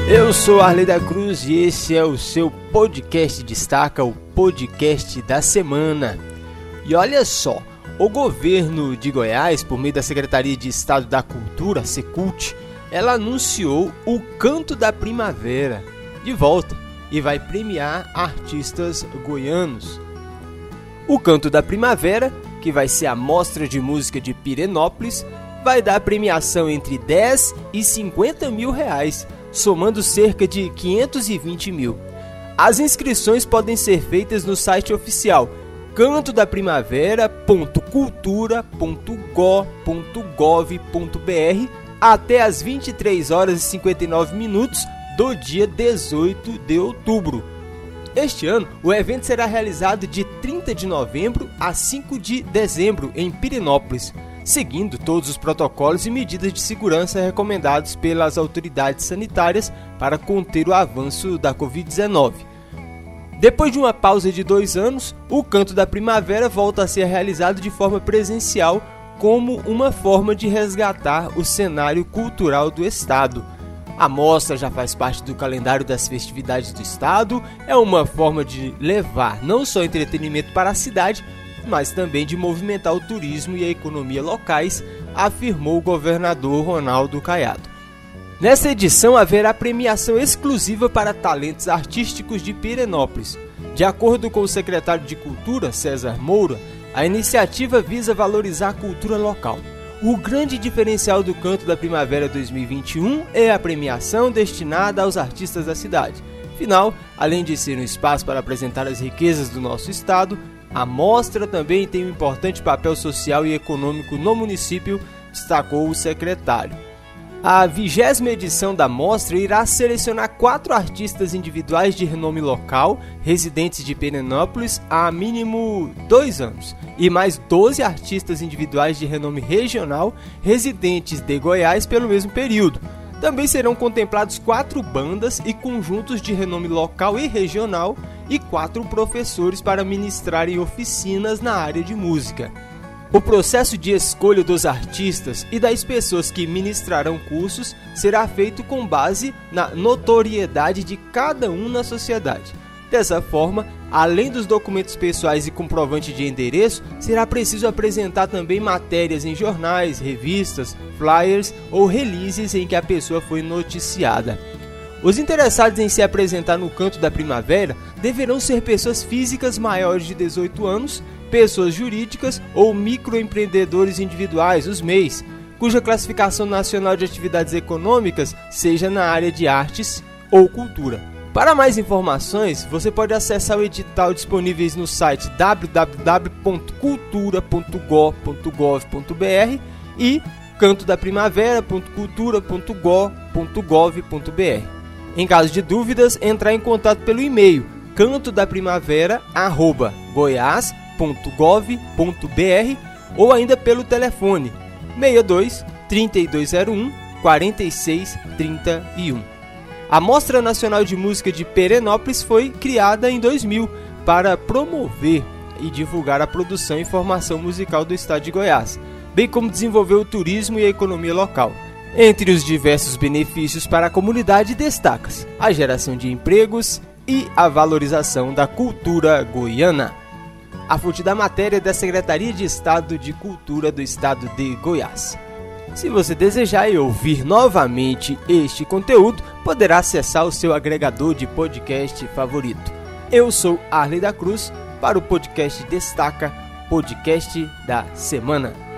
Eu sou Arley da Cruz e esse é o seu podcast Destaca, o podcast da semana. E olha só, o governo de Goiás, por meio da Secretaria de Estado da Cultura, Secult, ela anunciou o Canto da Primavera de volta e vai premiar artistas goianos. O Canto da Primavera, que vai ser a mostra de música de Pirenópolis, vai dar premiação entre 10 e 50 mil reais, somando cerca de 520 mil. As inscrições podem ser feitas no site oficial cantodaprimavera.cultura.go.gov.br até às 23 horas e 59 minutos do dia 18 de outubro. Este ano, o evento será realizado de 30 de novembro a 5 de dezembro em Pirenópolis, seguindo todos os protocolos e medidas de segurança recomendados pelas autoridades sanitárias para conter o avanço da Covid-19. Depois de uma pausa de 2 anos, o Canto da Primavera volta a ser realizado de forma presencial como uma forma de resgatar o cenário cultural do estado. A mostra já faz parte do calendário das festividades do estado, é uma forma de levar não só entretenimento para a cidade, mas também de movimentar o turismo e a economia locais, afirmou o governador Ronaldo Caiado. Nessa edição haverá premiação exclusiva para talentos artísticos de Pirenópolis. De acordo com o secretário de Cultura, César Moura, a iniciativa visa valorizar a cultura local. O grande diferencial do Canto da Primavera 2021 é a premiação destinada aos artistas da cidade. Afinal, além de ser um espaço para apresentar as riquezas do nosso estado, a mostra também tem um importante papel social e econômico no município, destacou o secretário. A 20ª edição da mostra irá selecionar 4 artistas individuais de renome local, residentes de Pirenópolis há mínimo 2 anos, e mais 12 artistas individuais de renome regional, residentes de Goiás pelo mesmo período. Também serão contemplados 4 bandas e conjuntos de renome local e regional e 4 professores para ministrarem oficinas na área de música. O processo de escolha dos artistas e das pessoas que ministrarão cursos será feito com base na notoriedade de cada um na sociedade. Dessa forma, além dos documentos pessoais e comprovante de endereço, será preciso apresentar também matérias em jornais, revistas, flyers ou releases em que a pessoa foi noticiada. Os interessados em se apresentar no Canto da Primavera deverão ser pessoas físicas maiores de 18 anos, pessoas jurídicas ou microempreendedores individuais, os MEIs, cuja classificação nacional de atividades econômicas seja na área de artes ou cultura. Para mais informações, você pode acessar o edital disponíveis no site www.cultura.go.gov.br e cantodaprimavera.cultura.go.gov.br. Em caso de dúvidas, entrar em contato pelo e-mail cantodaprimavera@goias.gov.br ou ainda pelo telefone 62 3201 4631. A Mostra Nacional de Música de Pirenópolis foi criada em 2000 para promover e divulgar a produção e formação musical do estado de Goiás, bem como desenvolver o turismo e a economia local. Entre os diversos benefícios para a comunidade destaca-se a geração de empregos e a valorização da cultura goiana. A fonte da matéria é da Secretaria de Estado de Cultura do Estado de Goiás. Se você desejar ouvir novamente este conteúdo, poderá acessar o seu agregador de podcast favorito. Eu sou Arley da Cruz para o podcast Destaca, podcast da semana.